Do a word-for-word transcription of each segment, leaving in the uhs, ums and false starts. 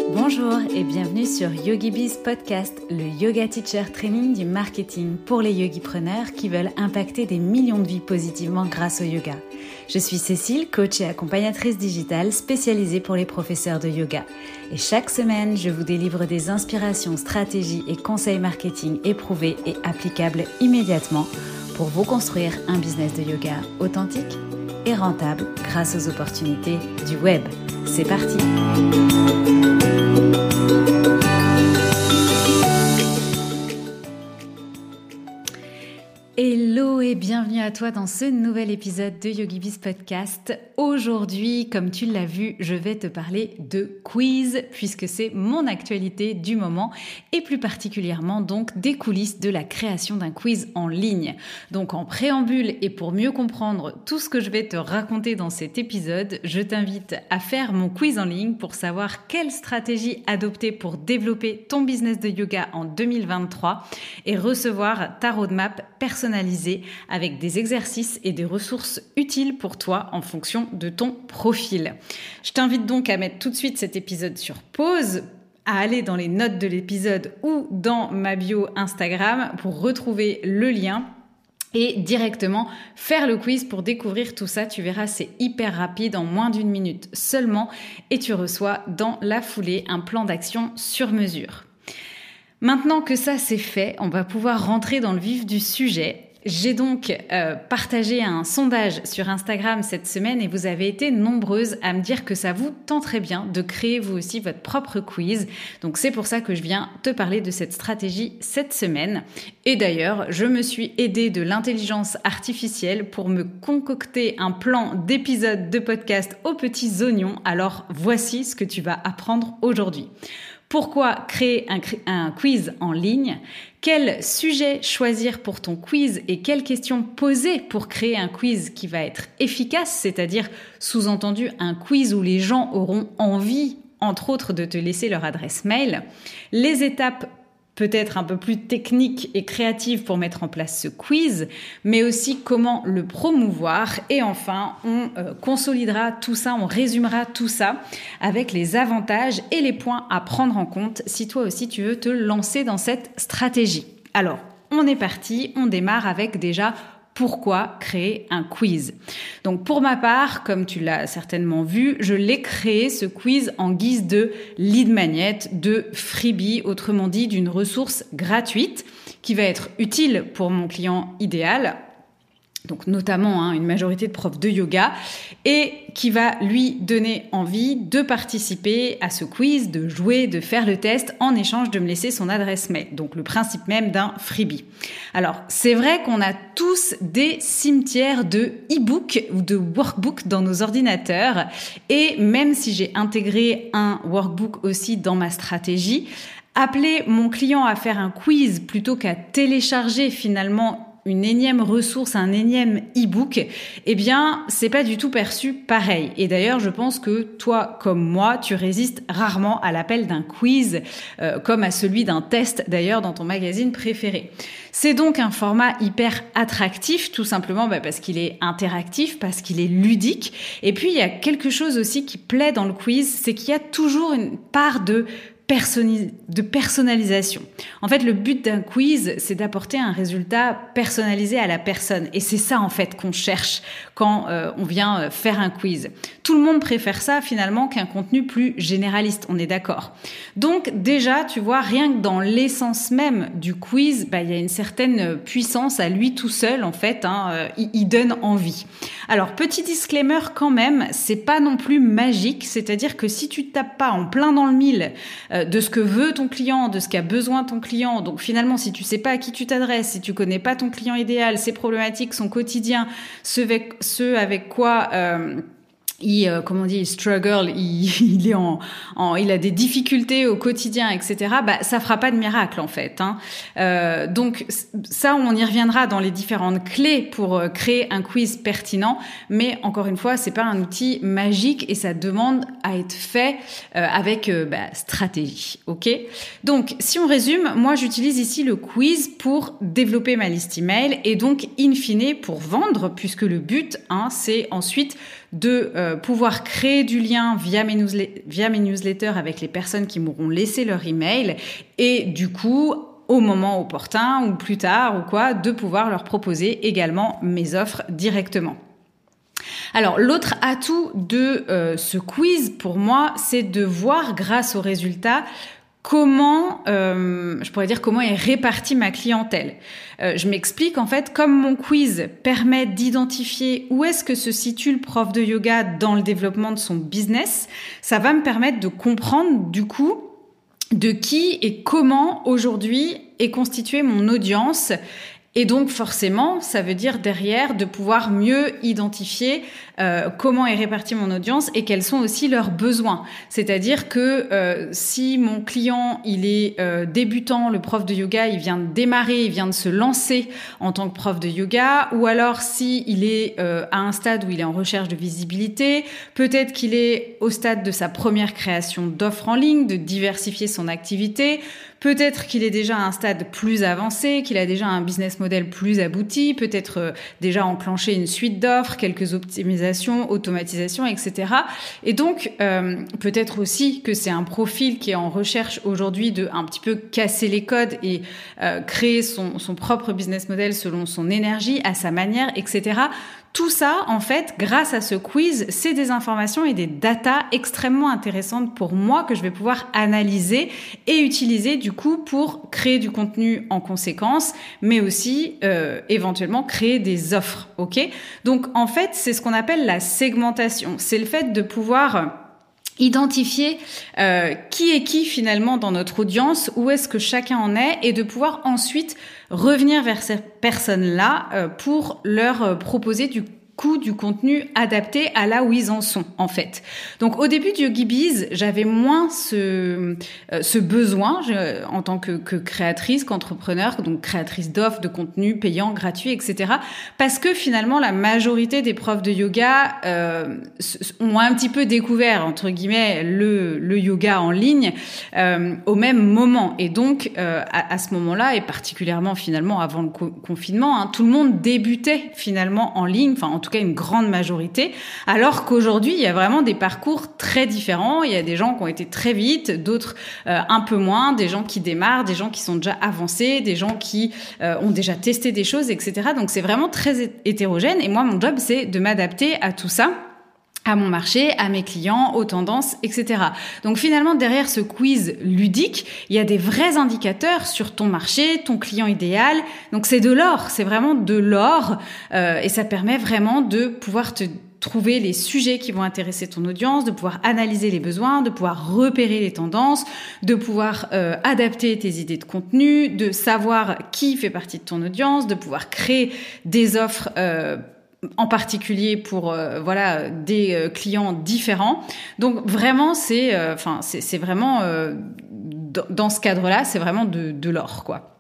Bonjour et bienvenue sur YogiBiz Podcast, le yoga teacher training du marketing pour les yogipreneurs qui veulent impacter des millions de vies positivement grâce au yoga. Je suis Cécile, coach et accompagnatrice digitale spécialisée pour les professeurs de yoga. Et chaque semaine, je vous délivre des inspirations, stratégies et conseils marketing éprouvés et applicables immédiatement pour vous construire un business de yoga authentique et rentable grâce aux opportunités du web. C'est parti! Hello et bienvenue à toi dans ce nouvel épisode de YogiBiz Podcast. Aujourd'hui, comme tu l'as vu, je vais te parler de quiz puisque c'est mon actualité du moment et plus particulièrement donc des coulisses de la création d'un quiz en ligne. Donc en préambule et pour mieux comprendre tout ce que je vais te raconter dans cet épisode, je t'invite à faire mon quiz en ligne pour savoir quelle stratégie adopter pour développer ton business de yoga en deux mille vingt-trois et recevoir ta roadmap personnalisée avec des exercices et des ressources utiles pour toi en fonction de ton profil. Je t'invite donc à mettre tout de suite cet épisode sur pause, à aller dans les notes de l'épisode ou dans ma bio Instagram pour retrouver le lien et directement faire le quiz pour découvrir tout ça. Tu verras, c'est hyper rapide, en moins d'une minute seulement, et tu reçois dans la foulée un plan d'action sur mesure. Maintenant que ça c'est fait, on va pouvoir rentrer dans le vif du sujet. J'ai donc euh, partagé un sondage sur Instagram cette semaine et vous avez été nombreuses à me dire que ça vous tenterait bien de créer vous aussi votre propre quiz. Donc c'est pour ça que je viens te parler de cette stratégie cette semaine. Et d'ailleurs, je me suis aidée de l'intelligence artificielle pour me concocter un plan d'épisode de podcast aux petits oignons. Alors voici ce que tu vas apprendre aujourd'hui. Pourquoi créer un, un quiz en ligne? Quel sujet choisir pour ton quiz et quelles questions poser pour créer un quiz qui va être efficace, c'est-à-dire sous-entendu un quiz où les gens auront envie, entre autres, de te laisser leur adresse mail. Les étapes peut-être un peu plus technique et créative pour mettre en place ce quiz, mais aussi comment le promouvoir. Et enfin, on euh, consolidera tout ça, on résumera tout ça avec les avantages et les points à prendre en compte si toi aussi tu veux te lancer dans cette stratégie. Alors, on est parti, on démarre avec déjà pourquoi créer un quiz. Donc pour ma part, comme tu l'as certainement vu, je l'ai créé ce quiz en guise de lead magnet, de freebie, autrement dit d'une ressource gratuite qui va être utile pour mon client idéal, donc notamment hein, une majorité de profs de yoga, et qui va lui donner envie de participer à ce quiz, de jouer, de faire le test en échange de me laisser son adresse mail. Donc le principe même d'un freebie. Alors c'est vrai qu'on a tous des cimetières de e-book ou de workbook dans nos ordinateurs, et même si j'ai intégré un workbook aussi dans ma stratégie, appeler mon client à faire un quiz plutôt qu'à télécharger finalement une énième ressource, un énième e-book, eh bien, c'est pas du tout perçu pareil. Et d'ailleurs, je pense que toi, comme moi, tu résistes rarement à l'appel d'un quiz, euh, comme à celui d'un test, d'ailleurs, dans ton magazine préféré. C'est donc un format hyper attractif, tout simplement bah, parce qu'il est interactif, parce qu'il est ludique. Et puis, il y a quelque chose aussi qui plaît dans le quiz, c'est qu'il y a toujours une part de de personnalisation. En fait, le but d'un quiz, c'est d'apporter un résultat personnalisé à la personne. Et c'est ça, en fait, qu'on cherche quand euh, on vient faire un quiz. Tout le monde préfère ça, finalement, qu'un contenu plus généraliste. On est d'accord. Donc, déjà, tu vois, rien que dans l'essence même du quiz, bah, il y a une certaine puissance à lui tout seul, en fait. Hein, euh, il, il donne envie. Alors, petit disclaimer quand même, c'est pas non plus magique. C'est-à-dire que si tu tapes pas en plein dans le mille euh, de ce que veut ton client, de ce qu'a besoin ton client. Donc finalement, si tu sais pas à qui tu t'adresses, si tu connais pas ton client idéal, ses problématiques, son quotidien, ce avec, ce avec quoi euh, il, euh, comment on dit, il struggle, il, il est en, en, il a des difficultés au quotidien, et cetera. Bah, ça fera pas de miracle en fait. Hein. Euh, donc ça, on y reviendra dans les différentes clés pour créer un quiz pertinent. Mais encore une fois, c'est pas un outil magique et ça demande à être fait euh, avec euh, bah, stratégie. Ok. Donc si on résume, moi j'utilise ici le quiz pour développer ma liste email et donc in fine pour vendre, puisque le but, hein, c'est ensuite de euh, pouvoir créer du lien via mes, newslet- via mes newsletters avec les personnes qui m'auront laissé leur email et du coup, au moment opportun ou plus tard ou quoi, de pouvoir leur proposer également mes offres directement. Alors, l'autre atout de euh, ce quiz, pour moi, c'est de voir grâce aux résultats comment, euh, je pourrais dire comment est répartie ma clientèle. Euh, je m'explique, en fait, comme mon quiz permet d'identifier où est-ce que se situe le prof de yoga dans le développement de son business, ça va me permettre de comprendre, du coup, de qui et comment aujourd'hui est constituée mon audience. Et donc forcément, ça veut dire derrière de pouvoir mieux identifier euh, comment est répartie mon audience et quels sont aussi leurs besoins. C'est-à-dire que euh, si mon client il est euh, débutant, le prof de yoga, il vient de démarrer, il vient de se lancer en tant que prof de yoga, ou alors si il est euh, à un stade où il est en recherche de visibilité, peut-être qu'il est au stade de sa première création d'offres en ligne, de diversifier son activité. Peut-être qu'il est déjà à un stade plus avancé, qu'il a déjà un business model plus abouti, peut-être euh, déjà enclenché une suite d'offres, quelques optimisations, automatisations, et cetera. Et donc, euh, peut-être aussi que c'est un profil qui est en recherche aujourd'hui de un petit peu casser les codes et euh, créer son, son propre business model selon son énergie, à sa manière, et cetera. Tout ça, en fait, grâce à ce quiz, c'est des informations et des datas extrêmement intéressantes pour moi que je vais pouvoir analyser et utiliser du coup pour créer du contenu en conséquence, mais aussi euh, éventuellement créer des offres. Ok ? Donc, en fait, c'est ce qu'on appelle la segmentation. C'est le fait de pouvoir identifier euh, qui est qui finalement dans notre audience, où est-ce que chacun en est, et de pouvoir ensuite revenir vers ces personnes-là euh, pour leur euh, proposer du coup du contenu adapté à là où ils en sont en fait. Donc au début de YogiBiz, j'avais moins ce euh, ce besoin je, en tant que, que créatrice, qu'entrepreneur, donc créatrice d'offres, de contenu payant, gratuit, et cetera. Parce que finalement la majorité des profs de yoga euh, ont un petit peu découvert entre guillemets le le yoga en ligne euh, au même moment. Et donc euh, à, à ce moment-là et particulièrement finalement avant le co- confinement, hein, tout le monde débutait finalement en ligne, enfin en tout cas une grande majorité, alors qu'aujourd'hui il y a vraiment des parcours très différents. Il y a des gens qui ont été très vite, d'autres euh, un peu moins, des gens qui démarrent, des gens qui sont déjà avancés, des gens qui euh, ont déjà testé des choses, et cetera. Donc c'est vraiment très hétérogène et moi mon job c'est de m'adapter à tout ça, à mon marché, à mes clients, aux tendances, et cetera. Donc finalement, derrière ce quiz ludique, il y a des vrais indicateurs sur ton marché, ton client idéal. Donc c'est de l'or, c'est vraiment de l'or euh, et ça permet vraiment de pouvoir te trouver les sujets qui vont intéresser ton audience, de pouvoir analyser les besoins, de pouvoir repérer les tendances, de pouvoir euh, adapter tes idées de contenu, de savoir qui fait partie de ton audience, de pouvoir créer des offres euh, en particulier pour euh, voilà des euh, clients différents. Donc vraiment c'est enfin euh, c'est c'est vraiment euh, dans, dans ce cadre-là, c'est vraiment de de l'or quoi.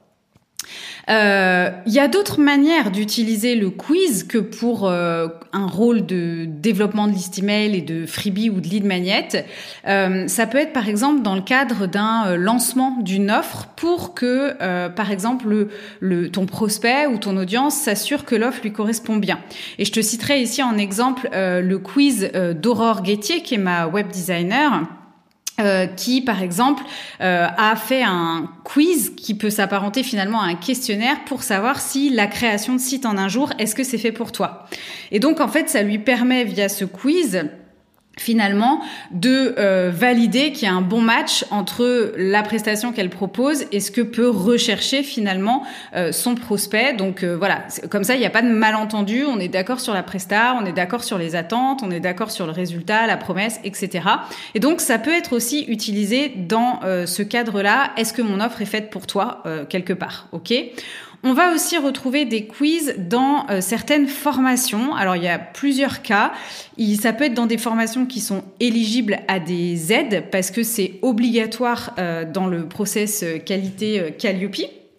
Il euh, y a d'autres manières d'utiliser le quiz que pour euh, un rôle de développement de liste email et de freebie ou de lead magnet. Euh, ça peut être par exemple dans le cadre d'un euh, lancement d'une offre pour que, euh, par exemple, le, le, ton prospect ou ton audience s'assure que l'offre lui correspond bien. Et je te citerai ici en exemple euh, le quiz euh, d'Aurore Guettier, qui est ma web designer. Euh, qui, par exemple, euh, a fait un quiz qui peut s'apparenter finalement à un questionnaire pour savoir si la création de site en un jour, est-ce que c'est fait pour toi ? Et donc, en fait, ça lui permet, via ce quiz, finalement, de euh, valider qu'il y a un bon match entre la prestation qu'elle propose et ce que peut rechercher finalement euh, son prospect. Donc euh, voilà, comme ça, il n'y a pas de malentendu. On est d'accord sur la presta, on est d'accord sur les attentes, on est d'accord sur le résultat, la promesse, et cetera. Et donc, ça peut être aussi utilisé dans euh, ce cadre-là. Est-ce que mon offre est faite pour toi euh, quelque part ? Ok ? On va aussi retrouver des quiz dans euh, certaines formations. Alors, il y a plusieurs cas. Il, ça peut être dans des formations qui sont éligibles à des aides parce que c'est obligatoire euh, dans le process qualité euh, Calliope.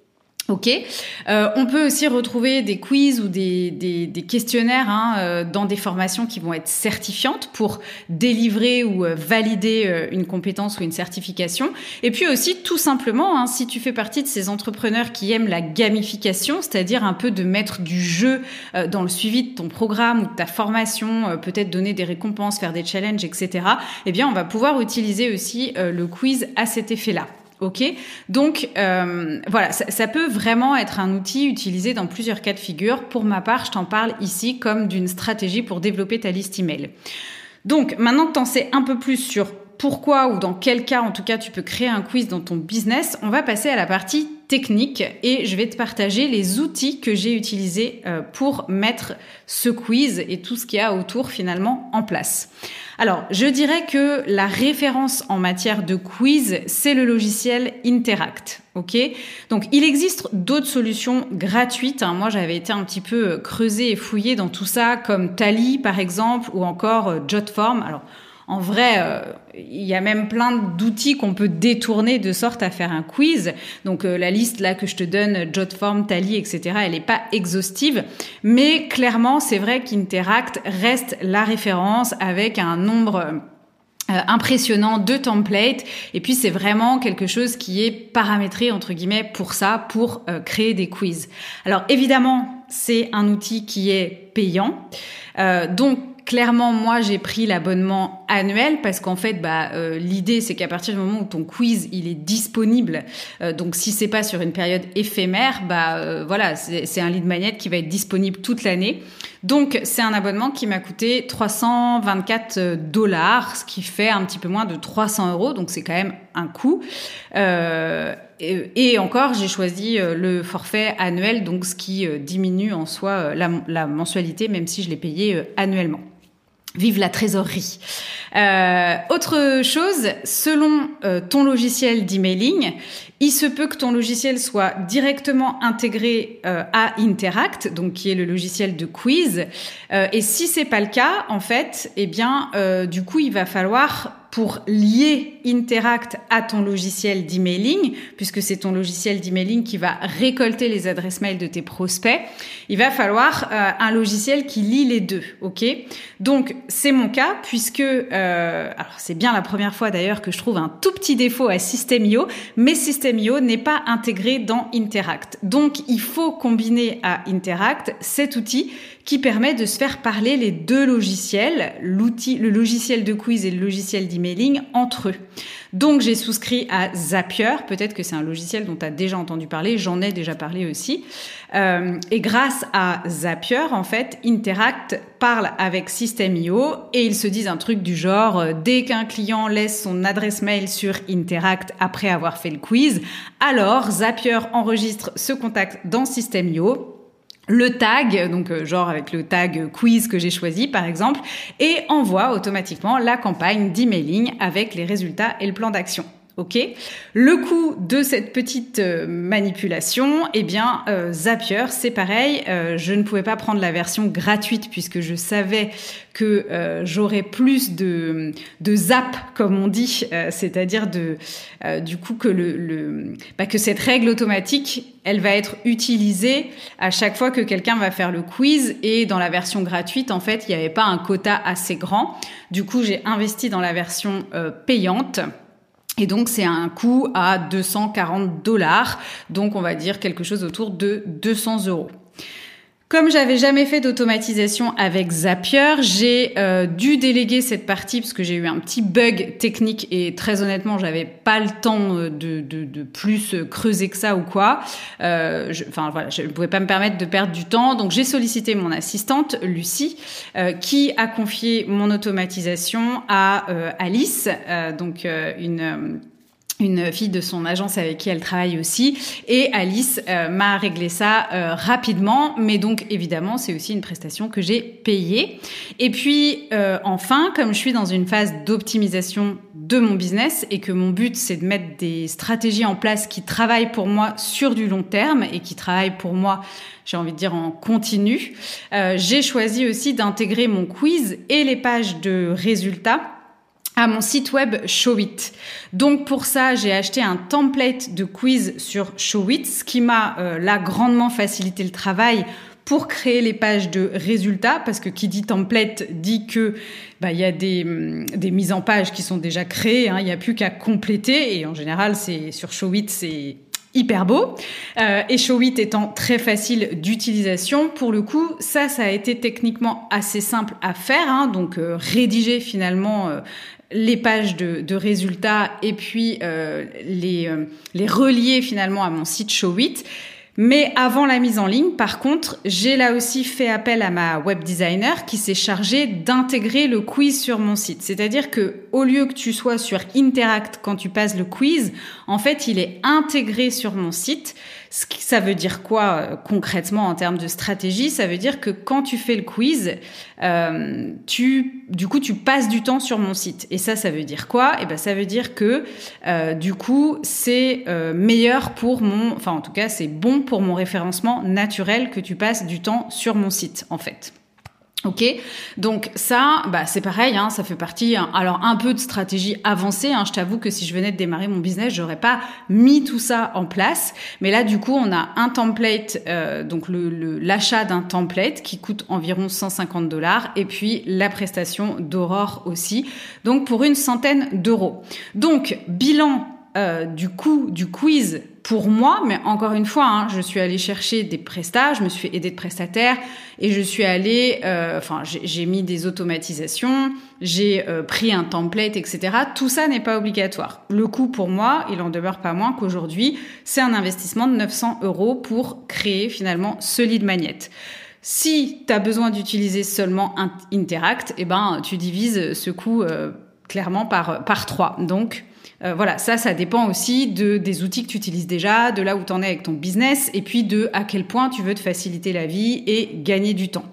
Ok. Euh, on peut aussi retrouver des quiz ou des, des, des questionnaires hein, euh, dans des formations qui vont être certifiantes pour délivrer ou euh, valider euh, une compétence ou une certification. Et puis aussi, tout simplement, hein, si tu fais partie de ces entrepreneurs qui aiment la gamification, c'est-à-dire un peu de mettre du jeu euh, dans le suivi de ton programme ou de ta formation, euh, peut-être donner des récompenses, faire des challenges, et cetera. Eh bien, on va pouvoir utiliser aussi euh, le quiz à cet effet-là. Ok, donc euh, voilà, ça, ça peut vraiment être un outil utilisé dans plusieurs cas de figure. Pour ma part, je t'en parle ici comme d'une stratégie pour développer ta liste email. Donc maintenant que tu en sais un peu plus sur pourquoi ou dans quel cas, en tout cas, tu peux créer un quiz dans ton business, on va passer à la partie technique et je vais te partager les outils que j'ai utilisés euh, pour mettre ce quiz et tout ce qu'il y a autour finalement en place. Alors, je dirais que la référence en matière de quiz, c'est le logiciel Interact. Ok, donc il existe d'autres solutions gratuites. Hein. Moi, j'avais été un petit peu creusée et fouillée dans tout ça, comme Tally par exemple, ou encore euh, Jotform. Alors, en vrai, euh, il y a même plein d'outils qu'on peut détourner de sorte à faire un quiz. Donc euh, la liste là que je te donne, Jotform, Tally, et cetera, elle n'est pas exhaustive. Mais clairement, c'est vrai qu'Interact reste la référence avec un nombre euh, impressionnant de templates. Et puis c'est vraiment quelque chose qui est paramétré entre guillemets pour ça, pour euh, créer des quiz. Alors évidemment, c'est un outil qui est payant. Euh, donc Clairement, moi, j'ai pris l'abonnement annuel parce qu'en fait, bah, euh, l'idée, c'est qu'à partir du moment où ton quiz, il est disponible, euh, donc si c'est pas sur une période éphémère, bah, euh, voilà, c'est, c'est un lead magnet qui va être disponible toute l'année. Donc, c'est un abonnement qui m'a coûté trois cent vingt-quatre dollars, ce qui fait un petit peu moins de trois cents euros. Donc, c'est quand même un coût. Euh, et, et encore, j'ai choisi le forfait annuel, donc ce qui diminue en soi la, la mensualité, même si je l'ai payé annuellement. Vive la trésorerie. Euh, autre chose, selon euh, ton logiciel d'emailing, il se peut que ton logiciel soit directement intégré euh, à Interact, donc qui est le logiciel de quiz. Euh, et si c'est pas le cas, en fait, eh bien, euh, du coup, il va falloir pour lier Interact à ton logiciel d'emailing, puisque c'est ton logiciel d'emailing qui va récolter les adresses mail de tes prospects, il va falloir euh, un logiciel qui lie les deux, ok ? Donc, c'est mon cas, puisque, euh, alors c'est bien la première fois d'ailleurs que je trouve un tout petit défaut à System.io, mais System.io n'est pas intégré dans Interact. Donc, il faut combiner à Interact cet outil qui permet de se faire parler les deux logiciels, l'outil, le logiciel de quiz et le logiciel d'emailing entre eux. Donc, j'ai souscrit à Zapier. Peut-être que c'est un logiciel dont tu as déjà entendu parler. J'en ai déjà parlé aussi. Euh, et grâce à Zapier, en fait, Interact parle avec System.io et ils se disent un truc du genre euh, dès qu'un client laisse son adresse mail sur Interact après avoir fait le quiz, alors Zapier enregistre ce contact dans System.io, le tag, donc euh, genre avec le tag quiz que j'ai choisi par exemple, et envoie automatiquement la campagne d'emailing avec les résultats et le plan d'action. Ok. Le coût de cette petite euh, manipulation, eh bien euh, Zapier, c'est pareil. Euh, je ne pouvais pas prendre la version gratuite puisque je savais que euh, j'aurais plus de de zap, comme on dit, euh, c'est-à-dire de euh, du coup que le, le bah, que cette règle automatique, elle va être utilisée à chaque fois que quelqu'un va faire le quiz. Et dans la version gratuite, en fait, il n'y avait pas un quota assez grand. Du coup, j'ai investi dans la version euh, payante. Et donc, c'est un coût à deux cent quarante dollars. Donc, on va dire quelque chose autour de deux cents euros. Comme j'avais jamais fait d'automatisation avec Zapier, j'ai euh, dû déléguer cette partie parce que j'ai eu un petit bug technique et très honnêtement, j'avais pas le temps de, de, de plus creuser que ça ou quoi. Euh, je, enfin voilà, je ne pouvais pas me permettre de perdre du temps, donc j'ai sollicité mon assistante Lucie, euh, qui a confié mon automatisation à euh, Alice, euh, donc euh, une une fille de son agence avec qui elle travaille aussi, et Alice euh, m'a réglé ça euh, rapidement, mais donc évidemment c'est aussi une prestation que j'ai payée. Et puis euh, enfin, comme je suis dans une phase d'optimisation de mon business et que mon but c'est de mettre des stratégies en place qui travaillent pour moi sur du long terme et qui travaillent pour moi, j'ai envie de dire en continu, euh, j'ai choisi aussi d'intégrer mon quiz et les pages de résultats à mon site web Showit. Donc pour ça, j'ai acheté un template de quiz sur Showit, ce qui m'a euh, là grandement facilité le travail pour créer les pages de résultats, parce que qui dit template dit que bah, y a des, des mises en page qui sont déjà créées, hein, il n'y a plus qu'à compléter, et en général, c'est sur Showit, c'est hyper beau. Euh, et Showit étant très facile d'utilisation, pour le coup, ça, ça a été techniquement assez simple à faire, hein, donc euh, rédiger finalement euh, les pages de, de résultats et puis euh, les, euh, les relier finalement à mon site Showit. Mais avant la mise en ligne, par contre, j'ai là aussi fait appel à ma web designer qui s'est chargée d'intégrer le quiz sur mon site. C'est-à-dire que au lieu que tu sois sur Interact quand tu passes le quiz, en fait, il est intégré sur mon site. Ce qui, ça veut dire quoi euh, concrètement en termes de stratégie? Ça veut dire que quand tu fais le quiz, euh, tu, du coup, tu passes du temps sur mon site. Et ça, ça veut dire quoi? Eh ben, ça veut dire que euh, du coup, c'est euh, meilleur pour mon, enfin en tout cas, c'est bon pour mon référencement naturel que tu passes du temps sur mon site, en fait. Ok, donc ça, bah c'est pareil, hein, ça fait partie, hein, alors un peu de stratégie avancée. Hein, je t'avoue que si je venais de démarrer mon business, j'aurais pas mis tout ça en place. Mais là, du coup, on a un template, euh, donc le, le l'achat d'un template qui coûte environ cent cinquante dollars, et puis la prestation d'Aurore aussi, donc pour une centaine d'euros. Donc bilan euh, du coût du quiz pour moi, mais encore une fois, hein, je suis allée chercher des prestats, je me suis fait aider de prestataires et je suis allée, euh, enfin, j'ai, j'ai mis des automatisations, j'ai euh, pris un template, et cetera. Tout ça n'est pas obligatoire. Le coût pour moi, il en demeure pas moins qu'aujourd'hui, c'est un investissement de neuf cents euros pour créer finalement ce lead magnet. Si tu as besoin d'utiliser seulement un Interact, eh ben, tu divises ce coût euh, clairement par, par trois. Donc, Euh, voilà, ça, ça dépend aussi de, des outils que tu utilises déjà, de là où tu en es avec ton business, et puis de à quel point tu veux te faciliter la vie et gagner du temps.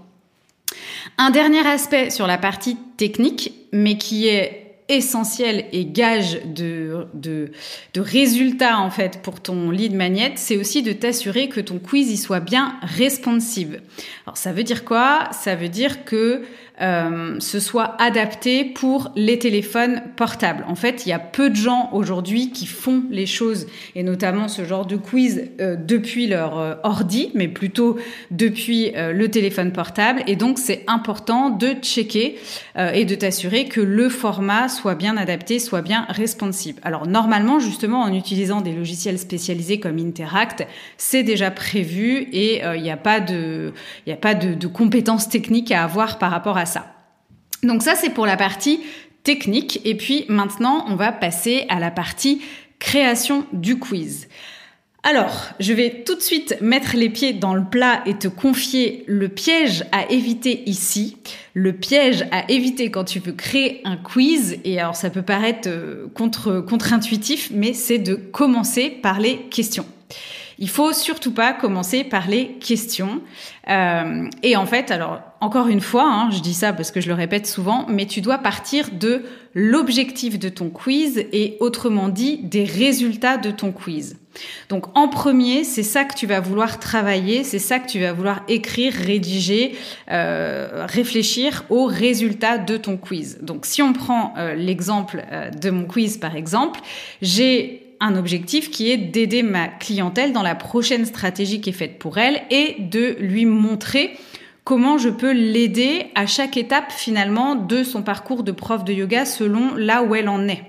Un dernier aspect sur la partie technique, mais qui est essentiel et gage de, de, de résultats en fait pour ton lead magnet, c'est aussi de t'assurer que ton quiz il soit bien responsive. Alors ça veut dire quoi? Ça veut dire que euh, ce soit adapté pour les téléphones portables. En fait, il y a peu de gens aujourd'hui qui font les choses, et notamment ce genre de quiz euh, depuis leur euh, ordi, mais plutôt depuis euh, le téléphone portable. Et donc, c'est important de checker euh, et de t'assurer que le format soit bien adapté, soit bien responsive. Alors, normalement, justement, en utilisant des logiciels spécialisés comme Interact, c'est déjà prévu et il euh, n'y a pas de, il n'y a pas de, de compétences techniques à avoir par rapport à ça. Donc ça, c'est pour la partie technique. Et puis maintenant, on va passer à la partie création du quiz. Alors, je vais tout de suite mettre les pieds dans le plat et te confier le piège à éviter ici. Le piège à éviter quand tu veux créer un quiz, et alors ça peut paraître contre, contre-intuitif, mais c'est de commencer par les questions. Il faut surtout pas commencer par les questions. Euh, et en fait, alors encore une fois, hein, je dis ça parce que je le répète souvent, mais tu dois partir de l'objectif de ton quiz et autrement dit des résultats de ton quiz. Donc en premier, c'est ça que tu vas vouloir travailler, c'est ça que tu vas vouloir écrire, rédiger, euh, réfléchir aux résultats de ton quiz. Donc si on prend euh, l'exemple euh, de mon quiz par exemple, j'ai un objectif qui est d'aider ma clientèle dans la prochaine stratégie qui est faite pour elle et de lui montrer comment je peux l'aider à chaque étape finalement de son parcours de prof de yoga selon là où elle en est.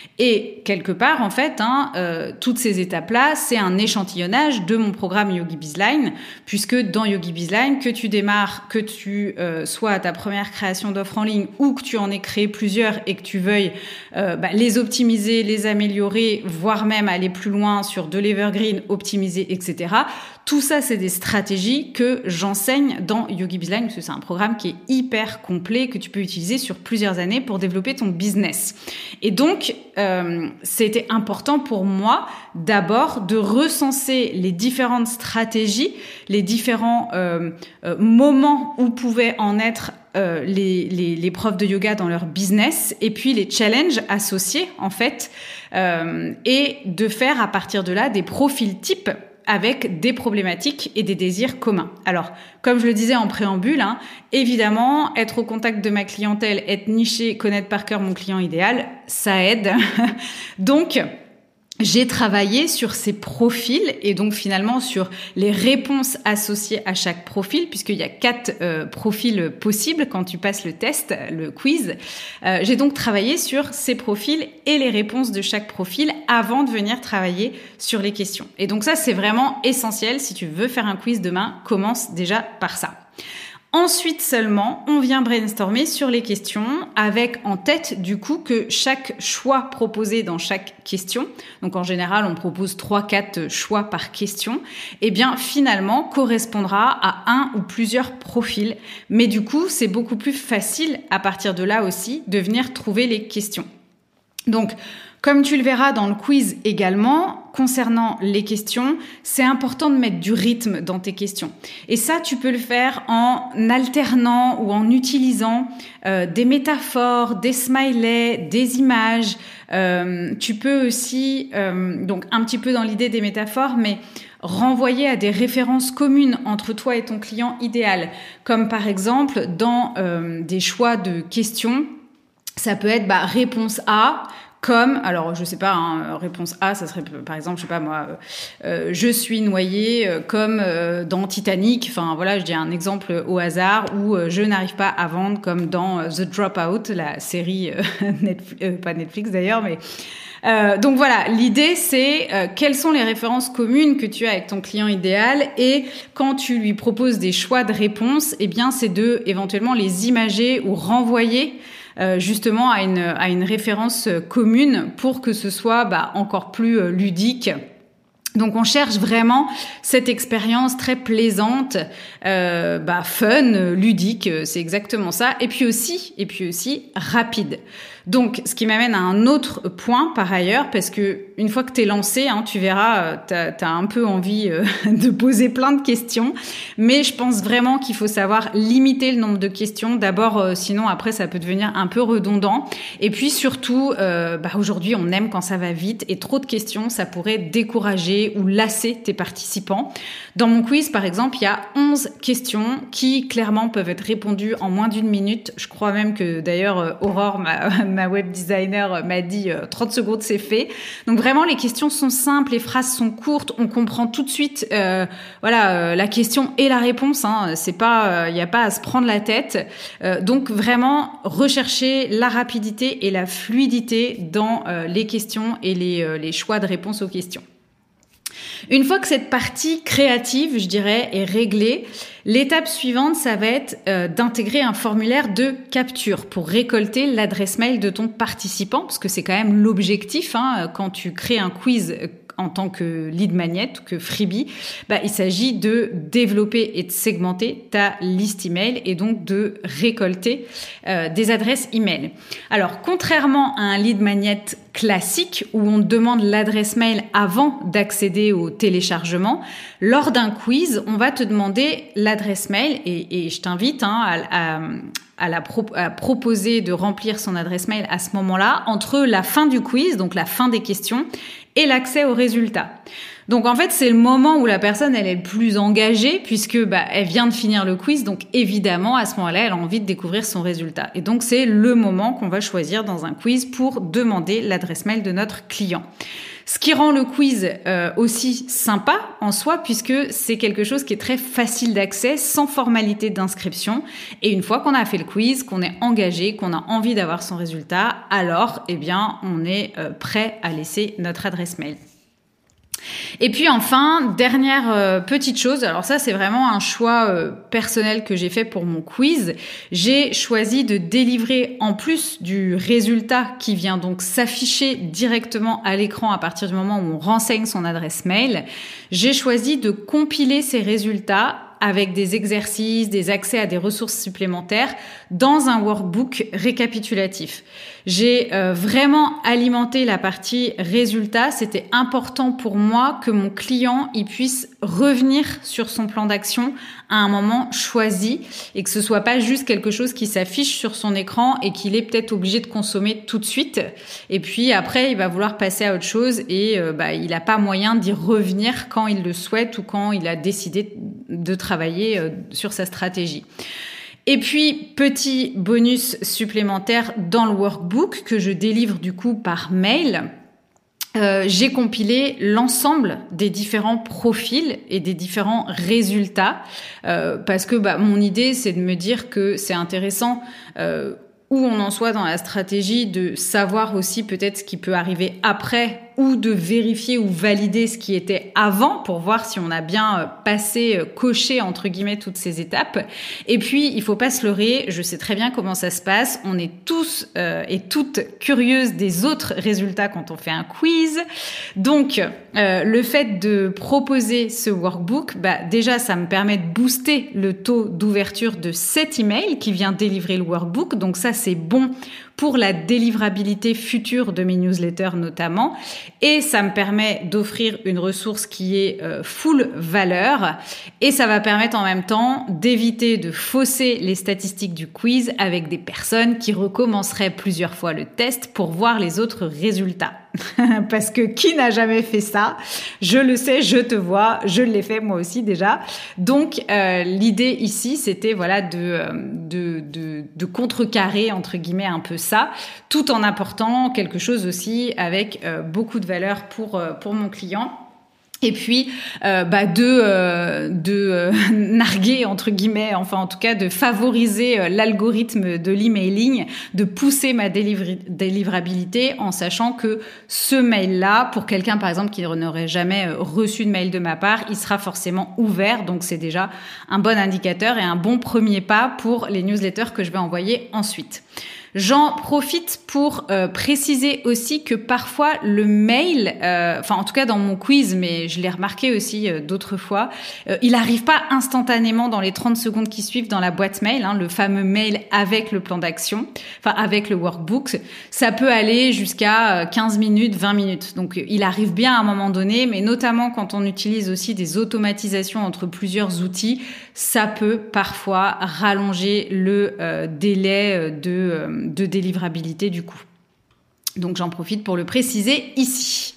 Et quelque part, en fait, hein, euh, toutes ces étapes-là, c'est un échantillonnage de mon programme Yogi Bizline, puisque dans Yogi Bizline, que tu démarres, que tu euh, sois à ta première création d'offres en ligne ou que tu en aies créé plusieurs et que tu veuilles euh, bah, les optimiser, les améliorer, voire même aller plus loin sur de l'evergreen, optimiser, et cetera. Tout ça, c'est des stratégies que j'enseigne dans Yogi Bizline, parce que c'est un programme qui est hyper complet, que tu peux utiliser sur plusieurs années pour développer ton business. Et donc, euh, c'était important pour moi d'abord de recenser les différentes stratégies, les différents euh, euh, moments où pouvaient en être euh, les, les, les profs de yoga dans leur business, et puis les challenges associés en fait, euh, et de faire à partir de là des profils types avec des problématiques et des désirs communs. Alors, comme je le disais en préambule, hein, évidemment, être au contact de ma clientèle, être niché, connaître par cœur mon client idéal, ça aide. Donc, j'ai travaillé sur ces profils et donc finalement sur les réponses associées à chaque profil, puisqu'il y a quatre euh, profils possibles quand tu passes le test, le quiz. Euh, j'ai donc travaillé sur ces profils et les réponses de chaque profil avant de venir travailler sur les questions. Et donc ça, c'est vraiment essentiel. Si tu veux faire un quiz demain, commence déjà par ça. Ensuite seulement, on vient brainstormer sur les questions avec en tête du coup que chaque choix proposé dans chaque question, donc en général on propose trois quatre choix par question, et bien finalement correspondra à un ou plusieurs profils. Mais du coup, c'est beaucoup plus facile à partir de là aussi de venir trouver les questions. Donc, comme tu le verras dans le quiz également, concernant les questions, c'est important de mettre du rythme dans tes questions. Et ça, tu peux le faire en alternant ou en utilisant euh, des métaphores, des smileys, des images. Euh, tu peux aussi, euh, donc un petit peu dans l'idée des métaphores, mais renvoyer à des références communes entre toi et ton client idéal. Comme par exemple, dans euh, des choix de questions, ça peut être bah, réponse A, comme, alors je sais pas, hein, réponse A, ça serait par exemple, je sais pas moi, euh, je suis noyé, euh, comme euh, dans Titanic, enfin voilà, je dis un exemple au hasard, ou euh, je n'arrive pas à vendre, comme dans euh, The Dropout, la série, euh, Netflix, euh, pas Netflix d'ailleurs, mais... Euh, donc voilà, l'idée c'est euh, quelles sont les références communes que tu as avec ton client idéal, et quand tu lui proposes des choix de réponses, eh bien c'est de éventuellement les imager ou renvoyer Euh, justement à une, à une référence commune pour que ce soit bah, encore plus euh, ludique. Donc on cherche vraiment cette expérience très plaisante, euh, bah, fun, ludique, c'est exactement ça. Et puis aussi, et puis aussi rapide. Donc, ce qui m'amène à un autre point par ailleurs, parce que une fois que t'es lancé, hein, tu verras, t'as, t'as un peu envie euh, de poser plein de questions, mais je pense vraiment qu'il faut savoir limiter le nombre de questions. D'abord, euh, sinon après ça peut devenir un peu redondant. Et puis surtout, euh, bah, aujourd'hui on aime quand ça va vite, et trop de questions, ça pourrait décourager ou lasser tes participants. Dans mon quiz, par exemple, il y a onze questions qui clairement peuvent être répondues en moins d'une minute. Je crois même que d'ailleurs euh, Aurore, ma ma web designer, m'a dit euh, trente secondes, c'est fait. Donc vraiment, les questions sont simples, les phrases sont courtes, on comprend tout de suite euh, voilà, euh, la question et la réponse. Hein. C'est pas, il euh, n'y a pas à se prendre la tête. Euh, donc vraiment, rechercher la rapidité et la fluidité dans euh, les questions et les, euh, les choix de réponse aux questions. Une fois que cette partie créative, je dirais, est réglée, l'étape suivante, ça va être euh, d'intégrer un formulaire de capture pour récolter l'adresse mail de ton participant, parce que c'est quand même l'objectif, hein, quand tu crées un quiz en tant que lead magnet ou que freebie, bah, il s'agit de développer et de segmenter ta liste email et donc de récolter euh, des adresses email. Alors, contrairement à un lead magnet classique où on demande l'adresse mail avant d'accéder au téléchargement, lors d'un quiz, on va te demander l'adresse mail et, et je t'invite hein, à, à À, la pro- à proposer de remplir son adresse mail à ce moment-là, entre la fin du quiz, donc la fin des questions, et l'accès aux résultats. Donc en fait, c'est le moment où la personne elle est le plus engagée, puisque bah, elle vient de finir le quiz, donc évidemment à ce moment-là, elle a envie de découvrir son résultat. Et donc c'est le moment qu'on va choisir dans un quiz pour demander l'adresse mail de notre client. Ce qui rend le quiz euh, aussi sympa en soi, puisque c'est quelque chose qui est très facile d'accès, sans formalité d'inscription. Et une fois qu'on a fait le quiz, qu'on est engagé, qu'on a envie d'avoir son résultat, alors eh bien, on est euh, prêt à laisser notre adresse mail. Et puis enfin, dernière euh, petite chose, alors ça c'est vraiment un choix euh, personnel que j'ai fait pour mon quiz. J'ai choisi de délivrer, en plus du résultat qui vient donc s'afficher directement à l'écran à partir du moment où on renseigne son adresse mail, j'ai choisi de compiler ces résultats avec des exercices, des accès à des ressources supplémentaires dans un workbook récapitulatif. J'ai euh, vraiment alimenté la partie résultats. C'était important pour moi que mon client il puisse revenir sur son plan d'action à un moment choisi et que ce soit pas juste quelque chose qui s'affiche sur son écran et qu'il est peut-être obligé de consommer tout de suite. Et puis après, il va vouloir passer à autre chose et euh, bah, il n'a pas moyen d'y revenir quand il le souhaite ou quand il a décidé de travailler euh, sur sa stratégie. Et puis, petit bonus supplémentaire dans le workbook que je délivre du coup par mail. Euh, j'ai compilé l'ensemble des différents profils et des différents résultats euh, parce que bah, mon idée, c'est de me dire que c'est intéressant euh, où on en soit dans la stratégie de savoir aussi peut-être ce qui peut arriver après ou de vérifier ou valider ce qui était avant pour voir si on a bien passé, coché entre guillemets toutes ces étapes. Et puis, il faut pas se leurrer, je sais très bien comment ça se passe. On est tous euh, et toutes curieuses des autres résultats quand on fait un quiz. Donc, euh, le fait de proposer ce workbook, bah, déjà, ça me permet de booster le taux d'ouverture de cet email qui vient délivrer le workbook. Donc ça, c'est bon pour la délivrabilité future de mes newsletters notamment. Et ça me permet d'offrir une ressource qui est euh, full valeur. Et ça va permettre en même temps d'éviter de fausser les statistiques du quiz avec des personnes qui recommenceraient plusieurs fois le test pour voir les autres résultats. Parce que qui n'a jamais fait ça? Je le sais, je te vois, je l'ai fait moi aussi déjà. Donc euh, l'idée ici, c'était voilà de, de, de, de contrecarrer entre guillemets un peu ça, tout en apportant quelque chose aussi avec euh, beaucoup de valeur pour, euh, pour mon client. Et puis euh, bah de euh, de euh, narguer entre guillemets, enfin en tout cas de favoriser euh, l'algorithme de l'emailing, de pousser ma délivri- délivrabilité en sachant que ce mail-là, pour quelqu'un par exemple qui n'aurait jamais euh, reçu de mail de ma part, il sera forcément ouvert. Donc c'est déjà un bon indicateur et un bon premier pas pour les newsletters que je vais envoyer ensuite. J'en profite pour euh, préciser aussi que parfois le mail, euh, enfin en tout cas dans mon quiz, mais je l'ai remarqué aussi euh, d'autres fois, euh, il n'arrive pas instantanément dans les trente secondes qui suivent dans la boîte mail, hein, le fameux mail avec le plan d'action, enfin avec le workbook. Ça peut aller jusqu'à quinze minutes, vingt minutes. Donc il arrive bien à un moment donné, mais notamment quand on utilise aussi des automatisations entre plusieurs outils, ça peut parfois rallonger le euh, délai de... Euh, de délivrabilité du coup. Donc j'en profite pour le préciser ici.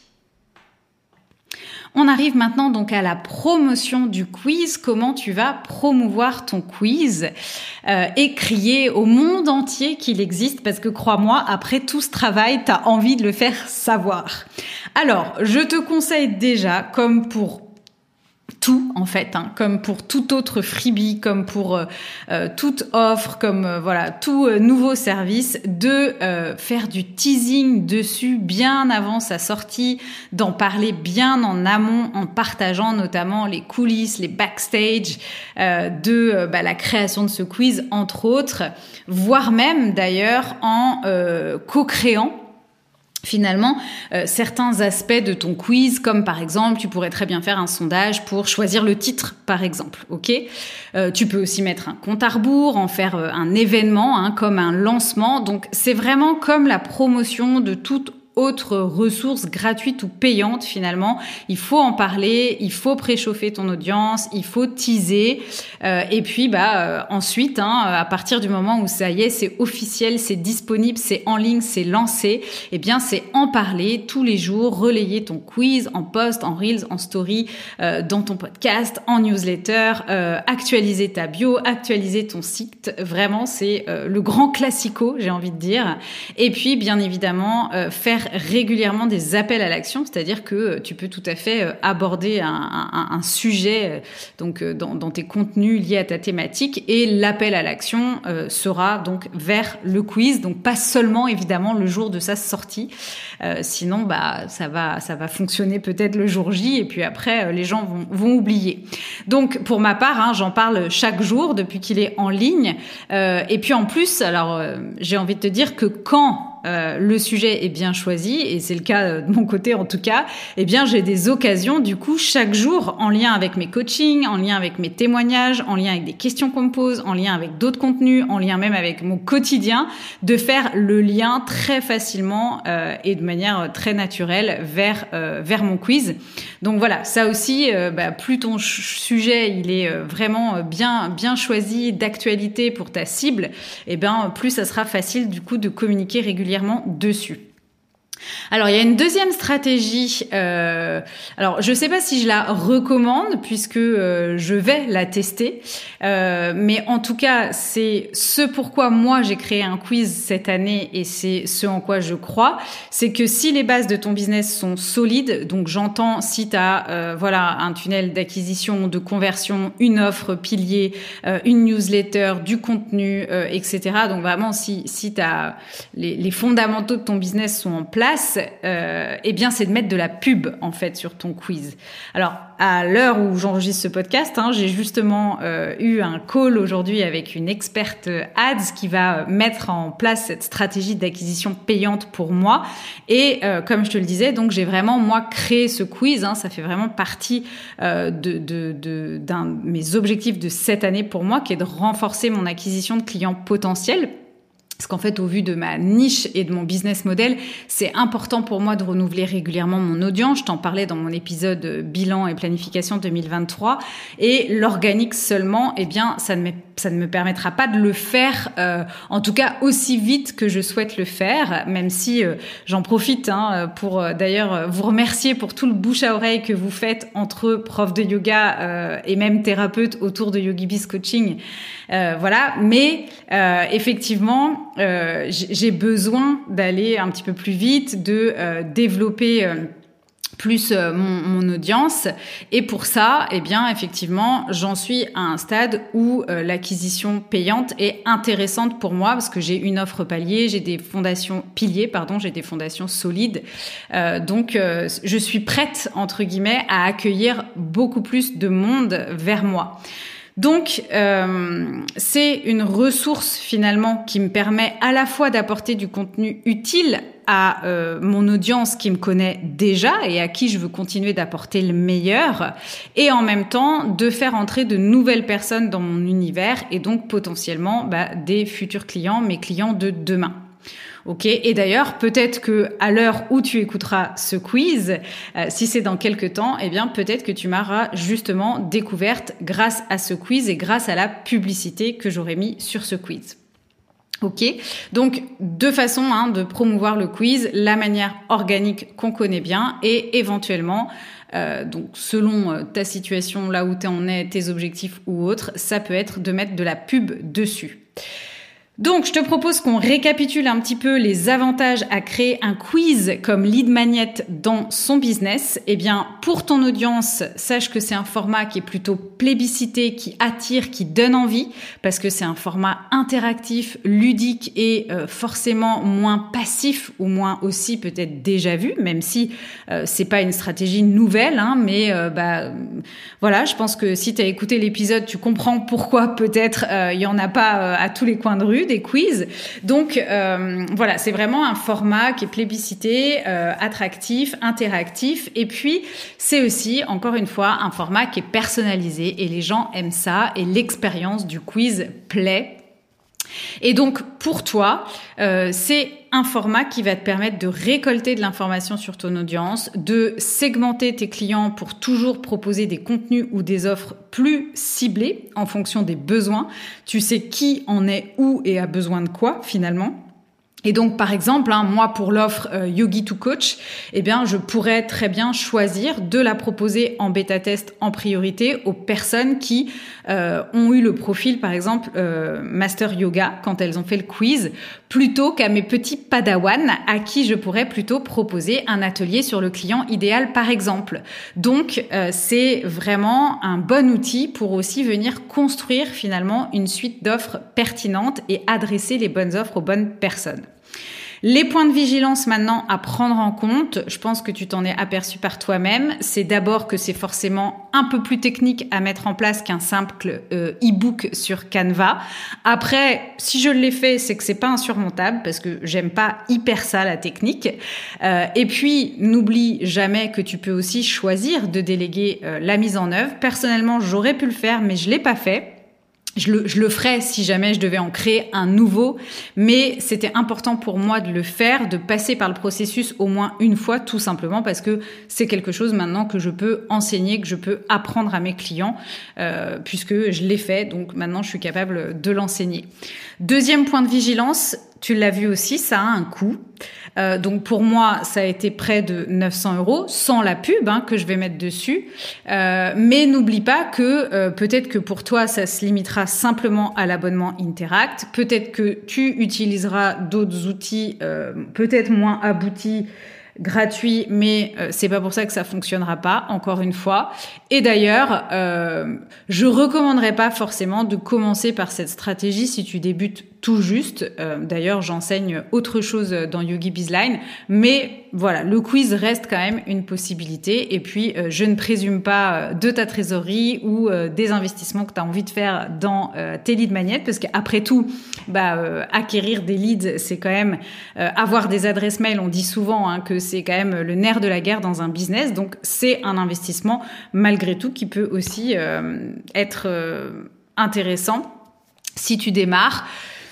On arrive maintenant donc à la promotion du quiz. Comment tu vas promouvoir ton quiz euh, et crier au monde entier qu'il existe, parce que crois-moi, après tout ce travail, tu as envie de le faire savoir. Alors, je te conseille déjà, comme pour tout en fait, hein, comme pour tout autre freebie, comme pour euh, euh, toute offre, comme euh, voilà tout euh, nouveau service, de euh, faire du teasing dessus bien avant sa sortie, d'en parler bien en amont, en partageant notamment les coulisses, les backstage euh, de euh, bah, la création de ce quiz entre autres, voire même d'ailleurs en euh, co-créant finalement euh, certains aspects de ton quiz, comme par exemple tu pourrais très bien faire un sondage pour choisir le titre par exemple, ok euh, tu peux aussi mettre un compte à rebours, en faire euh, un événement, hein, comme un lancement. Donc c'est vraiment comme la promotion de toute autre ressource gratuite ou payante finalement. Il faut en parler, il faut préchauffer ton audience, il faut teaser euh, et puis bah euh, ensuite hein, à partir du moment où ça y est, c'est officiel, c'est disponible, c'est en ligne, c'est lancé, eh bien c'est en parler tous les jours, relayer ton quiz en post, en reels, en story, euh, dans ton podcast, en newsletter, euh, actualiser ta bio, actualiser ton site. Vraiment c'est euh, le grand classico, j'ai envie de dire. Et puis bien évidemment euh, faire régulièrement des appels à l'action, c'est-à-dire que tu peux tout à fait aborder un, un, un sujet donc dans, dans tes contenus liés à ta thématique, et l'appel à l'action euh, sera donc vers le quiz, donc pas seulement évidemment le jour de sa sortie, euh, sinon bah ça va ça va fonctionner peut-être le jour J et puis après les gens vont, vont oublier. Donc pour ma part, hein, j'en parle chaque jour depuis qu'il est en ligne, euh, et puis en plus, alors euh, j'ai envie de te dire que quand quand euh, le sujet est bien choisi, et c'est le cas de mon côté en tout cas, eh bien j'ai des occasions du coup chaque jour en lien avec mes coachings, en lien avec mes témoignages, en lien avec des questions qu'on me pose, en lien avec d'autres contenus, en lien même avec mon quotidien, de faire le lien très facilement euh, et de manière très naturelle vers euh, vers mon quiz. Donc voilà, ça aussi, euh, bah, plus ton ch- sujet il est euh, vraiment bien bien choisi, d'actualité pour ta cible, et ben plus ça sera facile du coup de communiquer régulièrement dessus. Alors, il y a une deuxième stratégie. Euh, alors, je ne sais pas si je la recommande puisque euh, je vais la tester. Euh, mais en tout cas, c'est ce pourquoi moi j'ai créé un quiz cette année et c'est ce en quoi je crois. C'est que si les bases de ton business sont solides, donc j'entends si tu as euh, voilà, un tunnel d'acquisition, de conversion, une offre pilier, euh, une newsletter, du contenu, euh, et cetera. Donc vraiment, si, si t'as les, les fondamentaux de ton business sont en place, Euh, eh bien, c'est de mettre de la pub en fait sur ton quiz. Alors, à l'heure où j'enregistre ce podcast, hein, j'ai justement euh, eu un call aujourd'hui avec une experte ads qui va mettre en place cette stratégie d'acquisition payante pour moi. Et euh, comme je te le disais, donc j'ai vraiment moi créé ce quiz. Hein, ça fait vraiment partie euh, de, de, de, d'un de mes objectifs de cette année pour moi, qui est de renforcer mon acquisition de clients potentiels. Parce qu'en fait, au vu de ma niche et de mon business model, c'est important pour moi de renouveler régulièrement mon audience. Je t'en parlais dans mon épisode bilan et planification deux mille vingt-trois. Et l'organique seulement, eh bien, ça ne, ça ne me permettra pas de le faire, euh, en tout cas aussi vite que je souhaite le faire, même si euh, j'en profite hein, pour euh, d'ailleurs vous remercier pour tout le bouche à oreille que vous faites entre profs de yoga euh, et même thérapeutes autour de YogiBiz Coaching. Euh, voilà, mais euh, effectivement, euh, j'ai besoin d'aller un petit peu plus vite, de euh, développer euh, plus euh, mon, mon audience. Et pour ça, eh bien, effectivement, j'en suis à un stade où euh, l'acquisition payante est intéressante pour moi parce que j'ai une offre palier, j'ai des fondations piliers, pardon, j'ai des fondations solides. Euh, donc, euh, je suis prête entre guillemets à accueillir beaucoup plus de monde vers moi. Donc, euh, c'est une ressource finalement qui me permet à la fois d'apporter du contenu utile à euh, mon audience qui me connaît déjà et à qui je veux continuer d'apporter le meilleur, et en même temps de faire entrer de nouvelles personnes dans mon univers et donc potentiellement bah, des futurs clients, mes clients de demain. Ok, et d'ailleurs, peut-être que à l'heure où tu écouteras ce quiz, euh, si c'est dans quelques temps, eh bien peut-être que tu m'auras justement découverte grâce à ce quiz et grâce à la publicité que j'aurais mis sur ce quiz. Ok, donc deux façons hein, de promouvoir le quiz, la manière organique qu'on connaît bien et éventuellement, euh, donc selon euh, ta situation, là où tu en es, tes objectifs ou autres, ça peut être de mettre de la pub dessus. Donc, je te propose qu'on récapitule un petit peu les avantages à créer un quiz comme lead magnet dans son business. Eh bien, pour ton audience, sache que c'est un format qui est plutôt plébiscité, qui attire, qui donne envie, parce que c'est un format interactif, ludique et euh, forcément moins passif ou moins aussi peut-être déjà vu, même si euh, c'est pas une stratégie nouvelle, hein, mais euh, bah voilà, je pense que si tu as écouté l'épisode, tu comprends pourquoi peut-être euh, il y en a pas euh, à tous les coins de rue des quiz. Donc euh, voilà, c'est vraiment un format qui est plébiscité, euh, attractif, interactif, et puis c'est aussi encore une fois un format qui est personnalisé et les gens aiment ça et l'expérience du quiz plaît. Et donc pour toi, euh, c'est un format qui va te permettre de récolter de l'information sur ton audience, de segmenter tes clients pour toujours proposer des contenus ou des offres plus ciblées en fonction des besoins. Tu sais qui en est où et a besoin de quoi finalement. Et donc, par exemple, hein, moi, pour l'offre euh, Yogi to Coach, eh bien, je pourrais très bien choisir de la proposer en bêta-test en priorité aux personnes qui euh, ont eu le profil, par exemple, euh, Master Yoga, quand elles ont fait le quiz, plutôt qu'à mes petits padawans à qui je pourrais plutôt proposer un atelier sur le client idéal, par exemple. Donc, euh, c'est vraiment un bon outil pour aussi venir construire finalement une suite d'offres pertinentes et adresser les bonnes offres aux bonnes personnes. Les points de vigilance maintenant à prendre en compte, je pense que tu t'en es aperçu par toi-même, c'est d'abord que c'est forcément un peu plus technique à mettre en place qu'un simple euh, e-book sur Canva. Après, si je l'ai fait, c'est que c'est pas insurmontable parce que j'aime pas hyper ça la technique. Euh, et puis, n'oublie jamais que tu peux aussi choisir de déléguer euh, la mise en œuvre. Personnellement, j'aurais pu le faire, mais je l'ai pas fait. Je le, je le ferais si jamais je devais en créer un nouveau, mais c'était important pour moi de le faire, de passer par le processus au moins une fois, tout simplement parce que c'est quelque chose maintenant que je peux enseigner, que je peux apprendre à mes clients, euh, puisque je l'ai fait, donc maintenant je suis capable de l'enseigner. Deuxième point de vigilance, tu l'as vu aussi, ça a un coût. Euh, donc pour moi, ça a été près de neuf cents euros, sans la pub hein, que je vais mettre dessus. Euh, mais n'oublie pas que euh, peut-être que pour toi, ça se limitera simplement à l'abonnement Interact. Peut-être que tu utiliseras d'autres outils, euh, peut-être moins aboutis, gratuit, mais euh, c'est pas pour ça que ça fonctionnera pas, encore une fois. Et d'ailleurs, euh, je recommanderais pas forcément de commencer par cette stratégie si tu débutes tout juste. Euh, d'ailleurs, j'enseigne autre chose dans Yogi Bizline, mais voilà, le quiz reste quand même une possibilité. Et puis, euh, je ne présume pas de ta trésorerie ou euh, des investissements que tu as envie de faire dans euh, tes lead magnets, parce qu'après tout, bah, euh, acquérir des leads, c'est quand même euh, avoir des adresses mail. On dit souvent hein, que c'est quand même le nerf de la guerre dans un business. Donc, c'est un investissement malgré tout qui peut aussi euh, être euh, intéressant si tu démarres.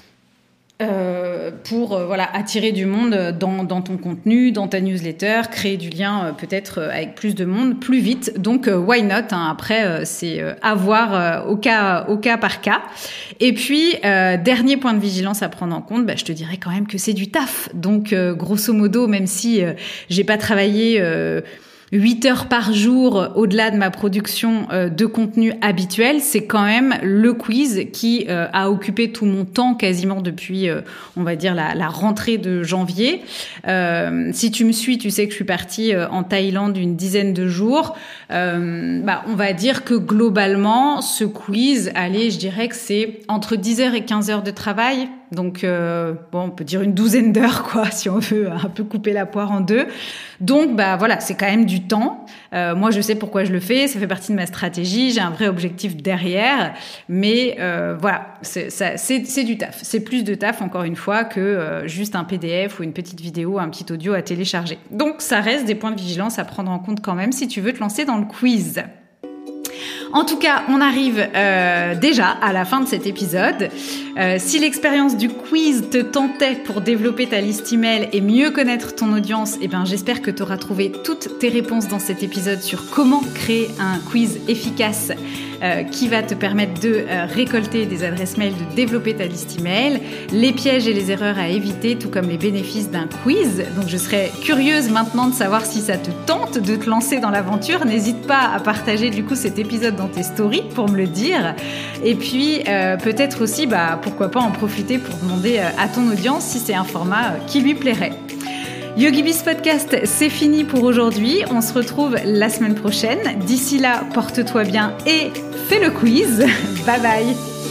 Euh, pour euh, voilà attirer du monde dans, dans ton contenu, dans ta newsletter, créer du lien euh, peut-être euh, avec plus de monde, plus vite. Donc euh, why not hein. Après euh, c'est euh, à voir euh, au cas au cas par cas. Et puis euh, dernier point de vigilance à prendre en compte, bah, je te dirais quand même que c'est du taf. Donc euh, grosso modo, même si euh, j'ai pas travaillé euh, huit heures par jour au-delà de ma production euh, de contenu habituel, c'est quand même le quiz qui euh, a occupé tout mon temps quasiment depuis, euh, on va dire, la, la rentrée de janvier. Euh, si tu me suis, tu sais que je suis partie euh, en Thaïlande une dizaine de jours. Euh, bah, on va dire que globalement, ce quiz, allez, je dirais que c'est entre dix heures et quinze heures de travail. Donc, euh, bon, on peut dire une douzaine d'heures, quoi, si on veut un peu couper la poire en deux. Donc, bah voilà, c'est quand même du temps. Euh, moi, je sais pourquoi je le fais. Ça fait partie de ma stratégie. J'ai un vrai objectif derrière. Mais euh, voilà, c'est, ça, c'est, c'est du taf. C'est plus de taf, encore une fois, que euh, juste un P D F ou une petite vidéo, un petit audio à télécharger. Donc, ça reste des points de vigilance à prendre en compte quand même si tu veux te lancer dans le quiz. En tout cas, on arrive euh, déjà à la fin de cet épisode. Euh, si l'expérience du quiz te tentait pour développer ta liste email et mieux connaître ton audience, eh ben, j'espère que tu auras trouvé toutes tes réponses dans cet épisode sur comment créer un quiz efficace euh, qui va te permettre de euh, récolter des adresses mail, de développer ta liste email, les pièges et les erreurs à éviter, tout comme les bénéfices d'un quiz. Donc, je serais curieuse maintenant de savoir si ça te tente de te lancer dans l'aventure. N'hésite pas à partager du coup cet épisode dans tes stories pour me le dire. Et puis, euh, peut-être aussi, bah, pourquoi pas en profiter pour demander euh, à ton audience si c'est un format euh, qui lui plairait. YogiBiz Podcast, c'est fini pour aujourd'hui. On se retrouve la semaine prochaine. D'ici là, porte-toi bien et fais le quiz. Bye bye.